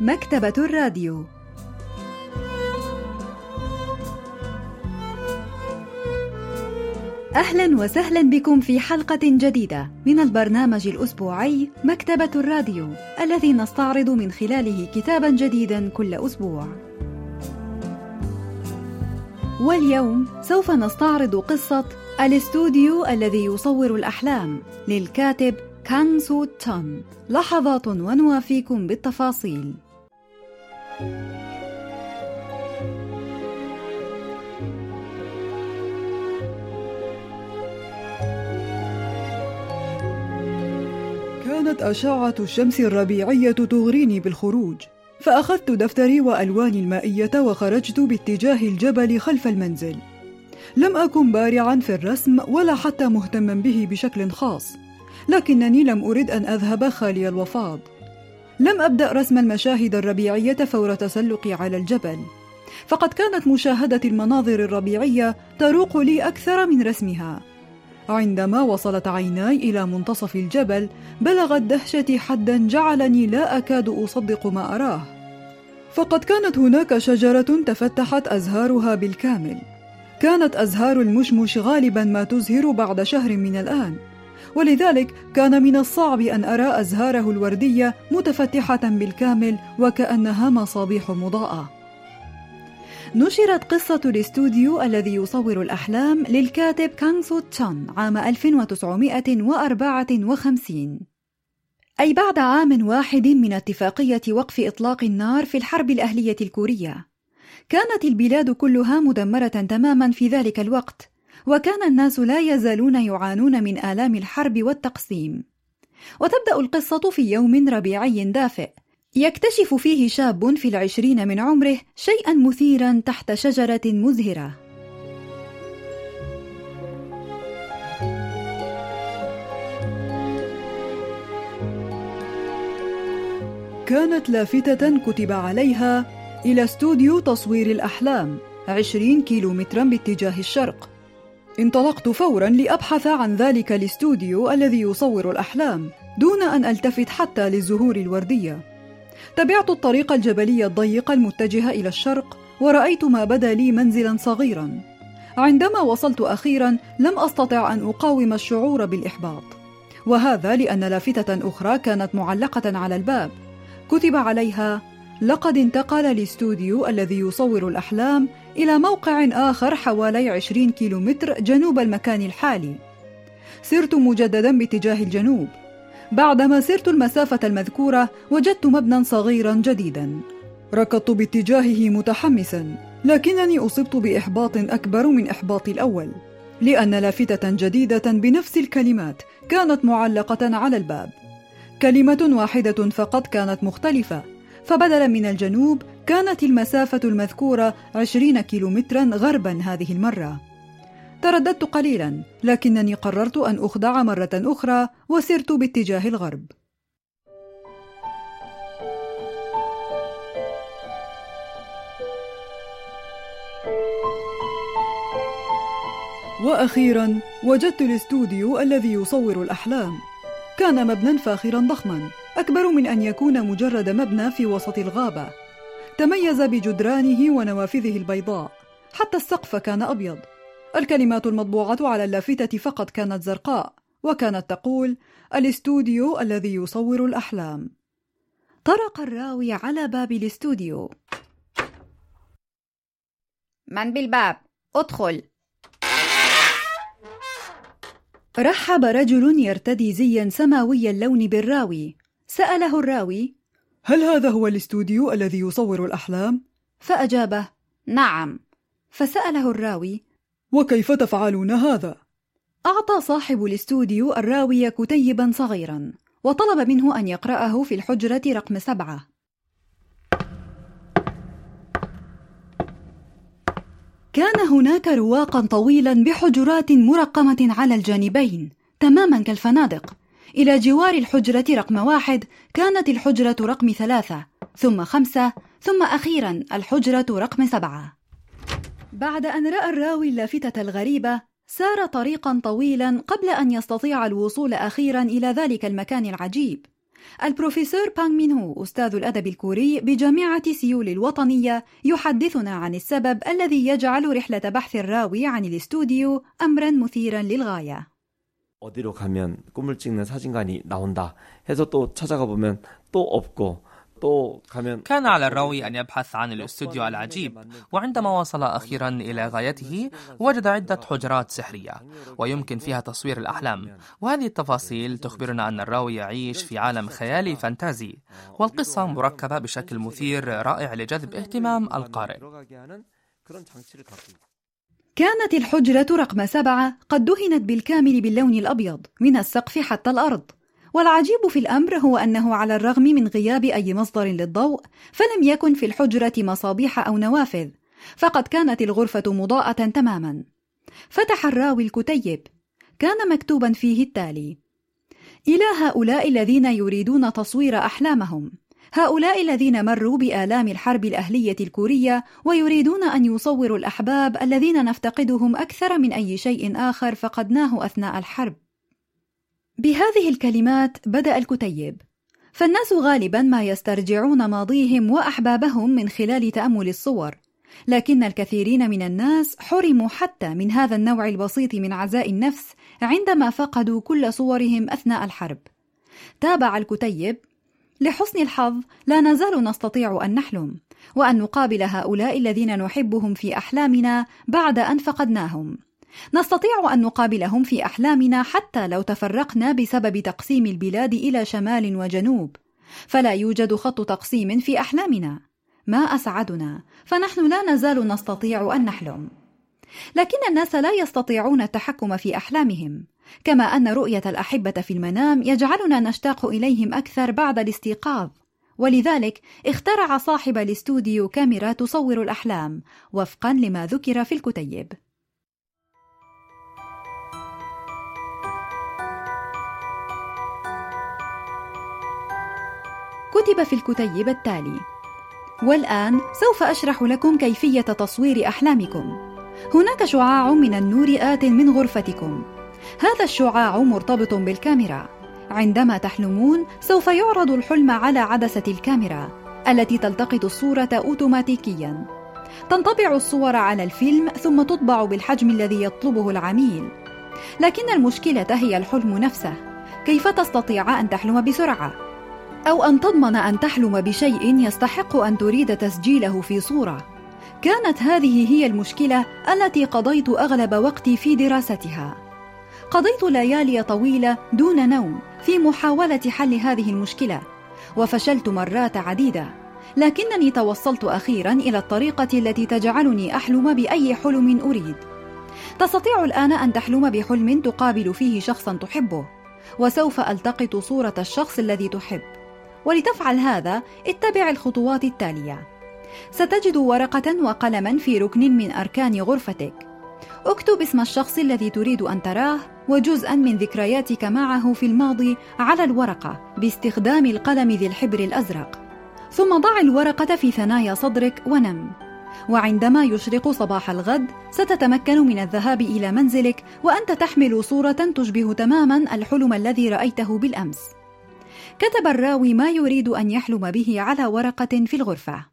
مكتبة الراديو. أهلا وسهلا بكم في حلقة جديدة من البرنامج الأسبوعي مكتبة الراديو، الذي نستعرض من خلاله كتابا جديدا كل أسبوع. واليوم سوف نستعرض قصة الاستوديو الذي يصور الأحلام للكاتب كانغ سو تشان. لحظات ونوافيكم بالتفاصيل. كانت أشعة الشمس الربيعية تغريني بالخروج، فأخذت دفتري وألواني المائية وخرجت باتجاه الجبل خلف المنزل. لم أكن بارعا في الرسم ولا حتى مهتما به بشكل خاص، لكنني لم أرد أن أذهب خالي الوفاض. لم أبدأ رسم المشاهد الربيعية فور تسلقي على الجبل، فقد كانت مشاهدة المناظر الربيعية تروق لي أكثر من رسمها. عندما وصلت عيناي إلى منتصف الجبل بلغت دهشتي حدا جعلني لا أكاد أصدق ما أراه، فقد كانت هناك شجرة تفتحت أزهارها بالكامل. كانت أزهار المشمش غالبا ما تزهر بعد شهر من الآن، ولذلك كان من الصعب أن أرى أزهاره الوردية متفتحة بالكامل وكأنها مصابيح مضاءة. نشرت قصة الاستوديو الذي يصور الأحلام للكاتب كانغ سو تشان عام 1954، أي بعد عام واحد من اتفاقية وقف إطلاق النار في الحرب الأهلية الكورية. كانت البلاد كلها مدمرة تماما في ذلك الوقت، وكان الناس لا يزالون يعانون من آلام الحرب والتقسيم. وتبدأ القصة في يوم ربيعي دافئ، يكتشف فيه شاب في 20 من عمره شيئا مثيرا تحت شجرة مزهرة. كانت لافتة كتب عليها: إلى استوديو تصوير الأحلام 20 كيلومترا باتجاه الشرق. انطلقت فورا لأبحث عن ذلك الاستوديو الذي يصور الأحلام دون أن ألتفت حتى للزهور الوردية. تبعت الطريق الجبلي الضيق المتجه إلى الشرق، ورأيت ما بدا لي منزلا صغيرا. عندما وصلت أخيرا لم أستطع أن أقاوم الشعور بالإحباط، وهذا لأن لافتة أخرى كانت معلقة على الباب كتب عليها: لقد انتقل الاستوديو الذي يصور الأحلام إلى موقع آخر حوالي 20 كيلومتر جنوب المكان الحالي. سرت مجددا باتجاه الجنوب. بعدما سرت المسافة المذكورة وجدت مبنى صغيرا جديدا. ركضت باتجاهه متحمسا، لكنني أصبت بإحباط أكبر من إحباطي الأول، لأن لافتة جديدة بنفس الكلمات كانت معلقة على الباب. كلمة واحدة فقط كانت مختلفة، فبدلا من الجنوب كانت المسافة المذكورة 20 كيلومترا غربا هذه المرة. ترددت قليلا، لكنني قررت أن أخدع مرة أخرى وسرت باتجاه الغرب. وأخيرا وجدت الاستوديو الذي يصور الأحلام. كان مبنى فاخرا ضخما، أكبر من أن يكون مجرد مبنى في وسط الغابة. تميز بجدرانه ونوافذه البيضاء، حتى السقف كان أبيض. الكلمات المطبوعة على اللافتة فقط كانت زرقاء، وكانت تقول: الاستوديو الذي يصور الأحلام. طرق الراوي على باب الاستوديو. من بالباب؟ ادخل. رحب رجل يرتدي زيا سماوي اللون بالراوي. سأله الراوي: هل هذا هو الاستوديو الذي يصور الأحلام؟ فأجابه: نعم. فسأله الراوي: وكيف تفعلون هذا؟ أعطى صاحب الاستوديو الراوي كتيبا صغيرا، وطلب منه أن يقرأه في الحجرة رقم 7. كان هناك رواقا طويلا بحجرات مرقمة على الجانبين تماما كالفنادق. إلى جوار الحجرة رقم 1 كانت الحجرة رقم 3، ثم 5، ثم أخيرا الحجرة رقم 7. بعد أن رأى الراوي اللافتة الغريبة سار طريقا طويلا قبل أن يستطيع الوصول أخيرا إلى ذلك المكان العجيب. البروفيسور بانغ مين هو أستاذ الأدب الكوري بجامعة سيول الوطنية يحدثنا عن السبب الذي يجعل رحلة بحث الراوي عن الاستوديو أمرا مثيرا للغاية. 어디로 가면 꿈을 찍는 사진관이 나온다 해서 또 찾아가 보면 또 없고 كان على الراوي أن يبحث عن الاستوديو العجيب، وعندما وصل أخيرا إلى غايته وجد عدة حجرات سحرية ويمكن فيها تصوير الأحلام، وهذه التفاصيل تخبرنا أن الراوي يعيش في عالم خيالي فانتازي، والقصة مركبة بشكل مثير رائع لجذب اهتمام القارئ. كانت الحجرة رقم 7 قد دهنت بالكامل باللون الأبيض من السقف حتى الأرض، والعجيب في الأمر هو أنه على الرغم من غياب أي مصدر للضوء فلم يكن في الحجرة مصابيح أو نوافذ، فقد كانت الغرفة مضاءة تماما. فتح الراوي الكتيب، كان مكتوبا فيه التالي: إلى هؤلاء الذين يريدون تصوير أحلامهم، هؤلاء الذين مروا بآلام الحرب الأهلية الكورية ويريدون أن يصوروا الأحباب الذين نفتقدهم أكثر من أي شيء آخر فقدناه أثناء الحرب. بهذه الكلمات بدأ الكتيب، فالناس غالبا ما يسترجعون ماضيهم وأحبابهم من خلال تأمل الصور، لكن الكثيرين من الناس حرموا حتى من هذا النوع البسيط من عزاء النفس عندما فقدوا كل صورهم أثناء الحرب. تابع الكتيب: لحسن الحظ لا نزال نستطيع أن نحلم وأن نقابل هؤلاء الذين نحبهم في أحلامنا بعد أن فقدناهم. نستطيع أن نقابلهم في أحلامنا حتى لو تفرقنا بسبب تقسيم البلاد إلى شمال وجنوب، فلا يوجد خط تقسيم في أحلامنا. ما أسعدنا، فنحن لا نزال نستطيع أن نحلم. لكن الناس لا يستطيعون التحكم في أحلامهم، كما أن رؤية الأحبة في المنام يجعلنا نشتاق إليهم أكثر بعد الاستيقاظ، ولذلك اخترع صاحب الاستوديو كاميرا تصور الأحلام وفقا لما ذكر في الكتيب. كتب في الكتيب التالي: والآن سوف أشرح لكم كيفية تصوير أحلامكم. هناك شعاع من النور آت من غرفتكم، هذا الشعاع مرتبط بالكاميرا. عندما تحلمون سوف يعرض الحلم على عدسة الكاميرا التي تلتقط الصورة أوتوماتيكيا. تنطبع الصور على الفيلم ثم تطبع بالحجم الذي يطلبه العميل. لكن المشكلة هي الحلم نفسه. كيف تستطيع أن تحلم بسرعة؟ أو أن تضمن أن تحلم بشيء يستحق أن تريد تسجيله في صورة؟ كانت هذه هي المشكلة التي قضيت أغلب وقتي في دراستها. قضيت ليالي طويلة دون نوم في محاولة حل هذه المشكلة، وفشلت مرات عديدة، لكنني توصلت أخيرا إلى الطريقة التي تجعلني أحلم بأي حلم أريد. تستطيع الآن أن تحلم بحلم تقابل فيه شخصا تحبه، وسوف ألتقط صورة الشخص الذي تحب. ولتفعل هذا اتبع الخطوات التالية. ستجد ورقة وقلما في ركن من أركان غرفتك. اكتب اسم الشخص الذي تريد أن تراه وجزءا من ذكرياتك معه في الماضي على الورقة باستخدام القلم ذي الحبر الأزرق، ثم ضع الورقة في ثنايا صدرك ونم. وعندما يشرق صباح الغد ستتمكن من الذهاب إلى منزلك وأنت تحمل صورة تشبه تماما الحلم الذي رأيته بالأمس. كتب الراوي ما يريد أن يحلم به على ورقة في الغرفة.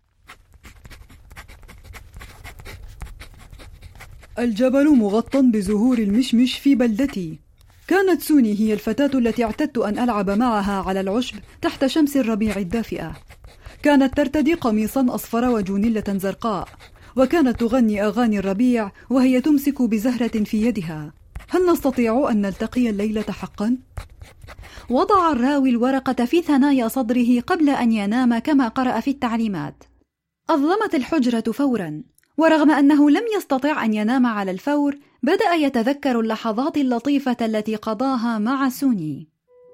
الجبل مغطى بزهور المشمش في بلدتي. كانت سوني هي الفتاة التي اعتدت أن ألعب معها على العشب تحت شمس الربيع الدافئة. كانت ترتدي قميصا أصفر وجونلة زرقاء، وكانت تغني أغاني الربيع وهي تمسك بزهرة في يدها. هل نستطيع أن نلتقي الليلة حقا؟ وضع الراوي الورقة في ثنايا صدره قبل أن ينام كما قرأ في التعليمات. أظلمت الحجرة فورا، ورغم أنه لم يستطع أن ينام على الفور بدأ يتذكر اللحظات اللطيفة التي قضاها مع سوني.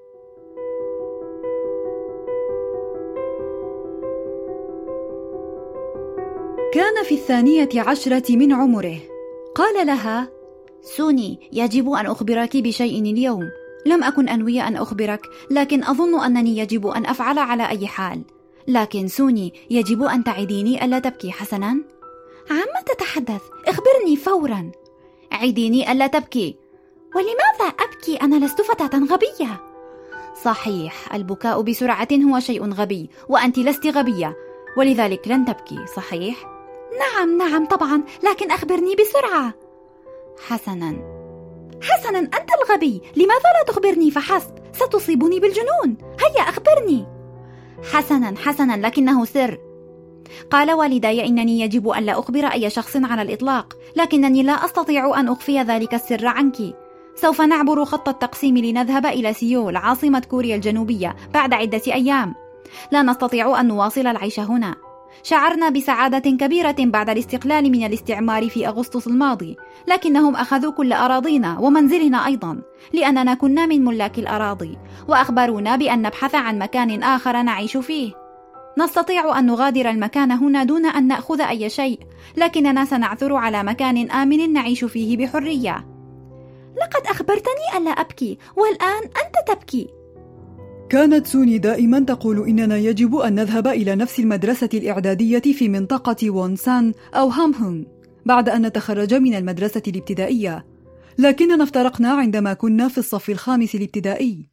كان في 12 من عمره. قال لها: سوني، يجب أن أخبرك بشيء اليوم. لم أكن أنوي أن أخبرك، لكن أظن أنني يجب أن أفعل على أي حال. لكن سوني، يجب أن تعديني ألا تبكي حسنا. عما تتحدث؟ اخبرني فورا. عديني ألا تبكي. ولماذا أبكي؟ أنا لست فتاة غبية. صحيح، البكاء بسرعة هو شيء غبي، وأنت لست غبية، ولذلك لن تبكي، صحيح؟ نعم طبعا، لكن أخبرني بسرعة. حسنا، أنت الغبي، لماذا لا تخبرني فحسب؟ ستصيبني بالجنون، هيا أخبرني. حسنا، لكنه سر. قال والدي إنني يجب أن لا أخبر أي شخص على الإطلاق، لكنني لا أستطيع أن أخفي ذلك السر عنك. سوف نعبر خط التقسيم لنذهب إلى سيول عاصمة كوريا الجنوبية بعد عدة أيام. لا نستطيع أن نواصل العيش هنا. شعرنا بسعادة كبيرة بعد الاستقلال من الاستعمار في أغسطس الماضي، لكنهم أخذوا كل أراضينا ومنزلنا أيضا، لأننا كنا من ملاك الأراضي، وأخبرونا بأن نبحث عن مكان آخر نعيش فيه. نستطيع أن نغادر المكان هنا دون أن نأخذ أي شيء، لكننا سنعثر على مكان آمن نعيش فيه بحرية. لقد أخبرتني ألا أبكي، والآن أنت تبكي. كانت سوني دائما تقول إننا يجب أن نذهب إلى نفس المدرسة الإعدادية في منطقة وونسان أو هامهونغ بعد أن نتخرج من المدرسة الابتدائية، لكننا افترقنا عندما كنا في الصف الخامس الابتدائي.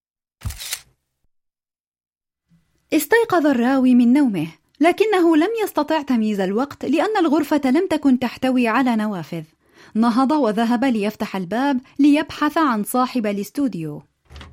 استيقظ الراوي من نومه، لكنه لم يستطع تمييز الوقت لأن الغرفة لم تكن تحتوي على نوافذ. نهض وذهب ليفتح الباب ليبحث عن صاحب الاستوديو.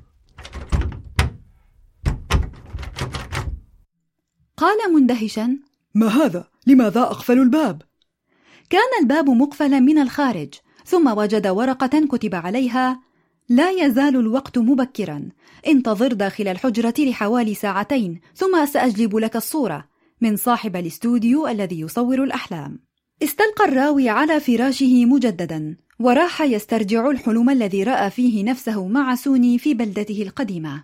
قال مندهشا: ما هذا؟ لماذا أقفل الباب؟ كان الباب مقفلا من الخارج، ثم وجد ورقة كتب عليها: لا يزال الوقت مبكرا، انتظر داخل الحجرة لحوالي ساعتين ثم سأجلب لك الصورة، من صاحب الاستوديو الذي يصور الأحلام. استلقى الراوي على فراشه مجددا، وراح يسترجع الحلم الذي رأى فيه نفسه مع سوني في بلدته القديمة.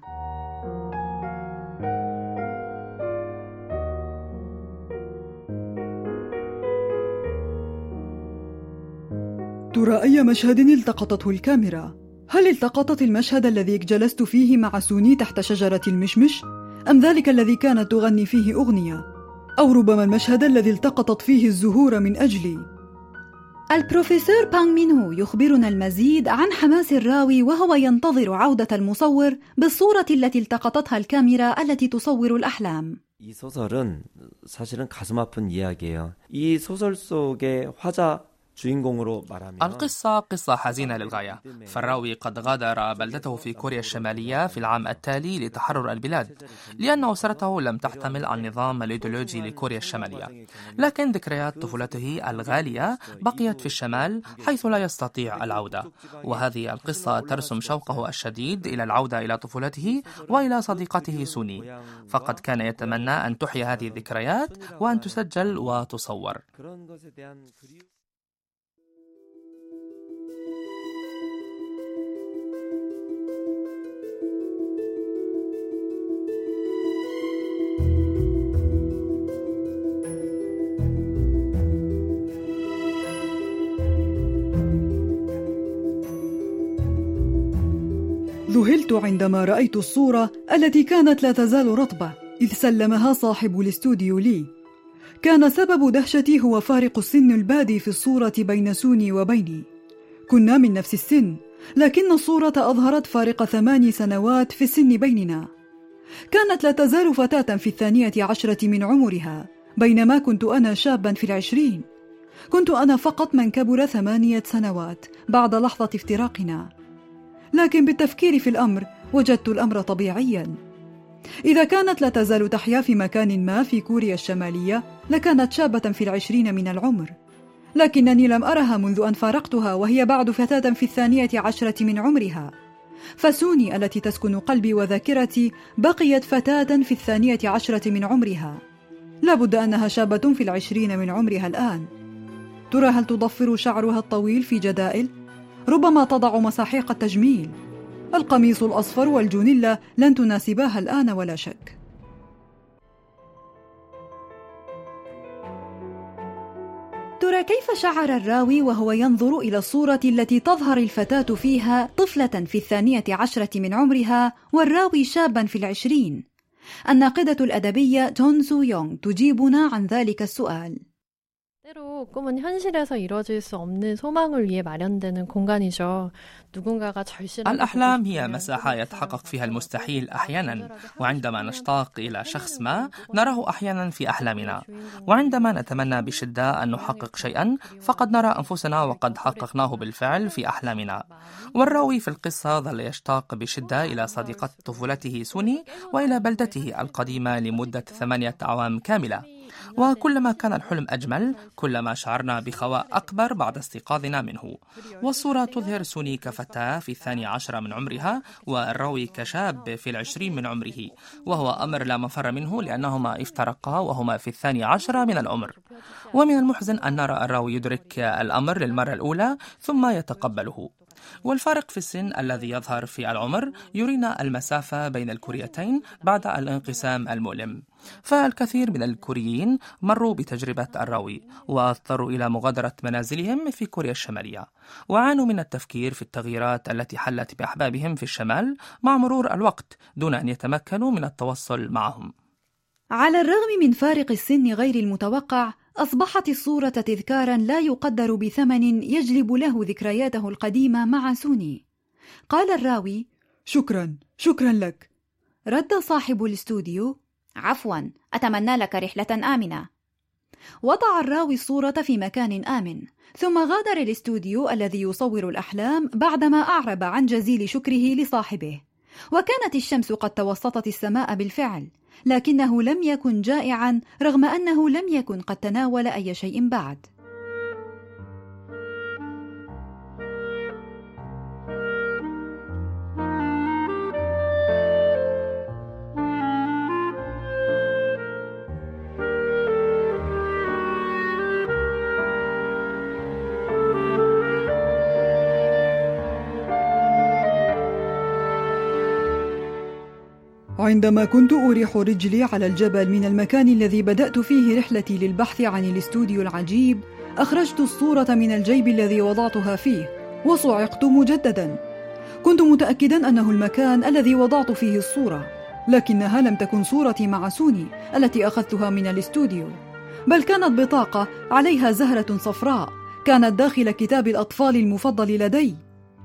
ترى أي مشهد التقطته الكاميرا؟ هل التقطت المشهد الذي جلست فيه مع سوني تحت شجرة المشمش؟ أم ذلك الذي كانت تغني فيه أغنية؟ أو ربما المشهد الذي التقطت فيه الزهور من أجلي؟ البروفيسور بانغ مين هو يخبرنا المزيد عن حماس الراوي وهو ينتظر عودة المصور بالصورة التي التقطتها الكاميرا التي تصور الأحلام. 이 소설은 사실은 가슴 아픈 이야기예요. 이 소설 속의 화자 القصة قصة حزينة للغاية، فالراوي قد غادر بلدته في كوريا الشمالية في العام التالي لتحرر البلاد، لأن أسرته لم تحتمل النظام الإيديولوجي لكوريا الشمالية، لكن ذكريات طفولته الغالية بقيت في الشمال حيث لا يستطيع العودة، وهذه القصة ترسم شوقه الشديد إلى العودة إلى طفولته وإلى صديقته سوني، فقد كان يتمنى أن تحيي هذه الذكريات وأن تسجل وتصور. ذهلت عندما رأيت الصورة التي كانت لا تزال رطبة إذ سلمها صاحب الاستوديو لي. كان سبب دهشتي هو فارق السن البادي في الصورة بين سوني وبيني. كنا من نفس السن، لكن الصورة أظهرت فارق 8 سنوات في السن بيننا. كانت لا تزال فتاة في 12 من عمرها، بينما كنت أنا شابا في 20. كنت أنا فقط من كبر 8 سنوات بعد لحظة افتراقنا. لكن بالتفكير في الأمر وجدت الأمر طبيعيا. إذا كانت لا تزال تحيا في مكان ما في كوريا الشمالية لكانت شابة في 20 من العمر، لكنني لم أرها منذ أن فارقتها وهي بعد فتاة في 12 من عمرها. فسوني التي تسكن قلبي وذاكرتي بقيت فتاة في 12 من عمرها. لابد أنها شابة في 20 من عمرها الآن. ترى هل تضفر شعرها الطويل في جدائل؟ ربما تضع مساحيق التجميل. القميص الأصفر والجونيلا لن تناسباها الآن ولا شك. ترى كيف شعر الراوي وهو ينظر إلى الصورة التي تظهر الفتاة فيها طفلة في 12 من عمرها والراوي شابا في 20. الناقدة الأدبية تون سو يونغ تجيبنا عن ذلك السؤال. 때로 꿈은 현실에서 이루어질 수 없는 소망을 위해 마련되는 공간이죠. 누군가가 절실하게 الأحلام هي مساحة يتحقق فيها المستحيل أحيانا، وعندما نشتاق إلى شخص ما نراه أحيانا في أحلامنا، وعندما نتمنى بشدة أن نحقق شيئا فقد نرى أنفسنا وقد حققناه بالفعل في أحلامنا. والراوي في القصة ظل يشتاق بشدة إلى صديقة طفولته سوني وإلى بلدته القديمة لمدة 8 أعوام كاملة، وكلما كان الحلم أجمل كلما شعرنا بخواء أكبر بعد استيقاظنا منه. والصورة تظهر سوني كفتاة في 12 من عمرها، والراوي كشاب في 20 من عمره، وهو أمر لا مفر منه لأنهما افترقا وهما في 12 من العمر. ومن المحزن أن نرى الراوي يدرك الأمر للمرة الأولى ثم يتقبله. والفارق في السن الذي يظهر في العمر يرينا المسافة بين الكوريتين بعد الانقسام المؤلم. فالكثير من الكوريين مروا بتجربة الراوي واضطروا إلى مغادرة منازلهم في كوريا الشمالية، وعانوا من التفكير في التغييرات التي حلت بأحبابهم في الشمال مع مرور الوقت دون أن يتمكنوا من التواصل معهم. على الرغم من فارق السن غير المتوقع، أصبحت الصورة تذكارا لا يقدر بثمن يجلب له ذكرياته القديمة مع سوني. قال الراوي: شكرا لك. رد صاحب الاستوديو: عفوا، أتمنى لك رحلة آمنة. وضع الراوي الصورة في مكان آمن، ثم غادر الاستوديو الذي يصور الأحلام بعدما أعرب عن جزيل شكره لصاحبه. وكانت الشمس قد توسطت السماء بالفعل، لكنه لم يكن جائعا رغم أنه لم يكن قد تناول أي شيء بعد. عندما كنت أريح رجلي على الجبل من المكان الذي بدأت فيه رحلتي للبحث عن الاستوديو العجيب، أخرجت الصورة من الجيب الذي وضعتها فيه وصعقت مجددا. كنت متأكدا أنه المكان الذي وضعت فيه الصورة، لكنها لم تكن صورتي مع سوني التي أخذتها من الاستوديو، بل كانت بطاقة عليها زهرة صفراء كانت داخل كتاب الأطفال المفضل لدي.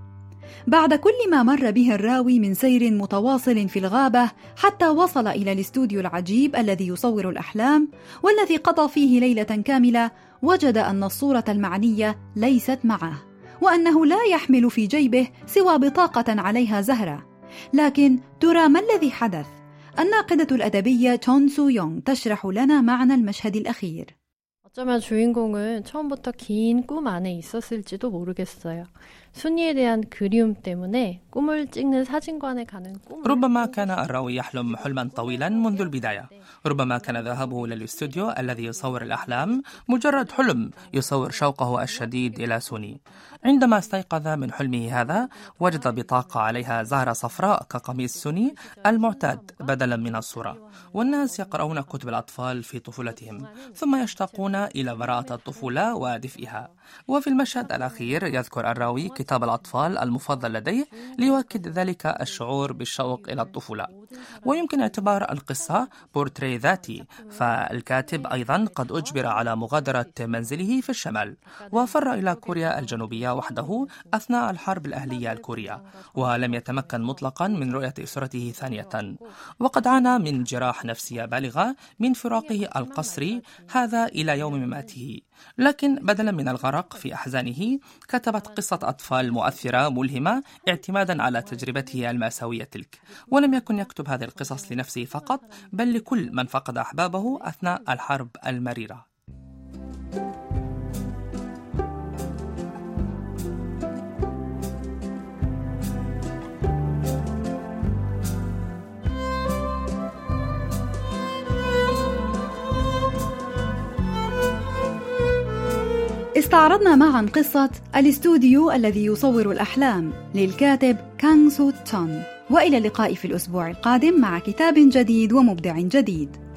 بعد كل ما مر به الراوي من سير متواصل في الغابة حتى وصل إلى الاستوديو العجيب الذي يصور الأحلام والذي قضى فيه ليلة كاملة، وجد أن الصورة المعنية ليست معه، وأنه لا يحمل في جيبه سوى بطاقة عليها زهرة. لكن ترى ما الذي حدث؟ الناقدة الأدبية تون سو يونغ تشرح لنا معنى المشهد الأخير. 어쩌면 주인공은 처음부터 긴 꿈 안에 있었을지도 모르겠어요. 순이에 대한 그리움 때문에 꿈을 찍는 사진관에 가는 꿈을 ربما كان الراوي يحلم حلما طويلا منذ البداية. ربما كان ذهابه للاستوديو الذي يصور الأحلام مجرد حلم يصور شوقه الشديد إلى سوني. عندما استيقظ من حلمه هذا وجد بطاقة عليها زهرة صفراء كقميص سوني المعتاد بدلا من الصورة. والناس يقرؤون كتب الأطفال في طفولتهم ثم يشتاقون إلى براءة الطفولة ودفئها. وفي المشهد الأخير يذكر الراوي كتاب الأطفال المفضل لديه ليؤكد ذلك الشعور بالشوق إلى الطفولة. ويمكن اعتبار القصة بورتري ذاتي، فالكاتب أيضا قد أجبر على مغادرة منزله في الشمال وفر إلى كوريا الجنوبية وحده أثناء الحرب الأهلية الكورية، ولم يتمكن مطلقا من رؤية أسرته ثانية، وقد عانى من جراح نفسية بالغة من فراقه القسري هذا إلى يوم مماته. لكن بدلا من الغرق في أحزانه كتبت قصة أطفال مؤثرة ملهمة اعتمادا على تجربته المأساوية تلك. ولم يكن يكتب هذه القصص لنفسه فقط، بل لكل من فقد أحبابه أثناء الحرب المريرة. استعرضنا معا قصة الاستوديو الذي يصور الأحلام للكاتب كانغ سو تون، وإلى اللقاء في الأسبوع القادم مع كتاب جديد ومبدع جديد.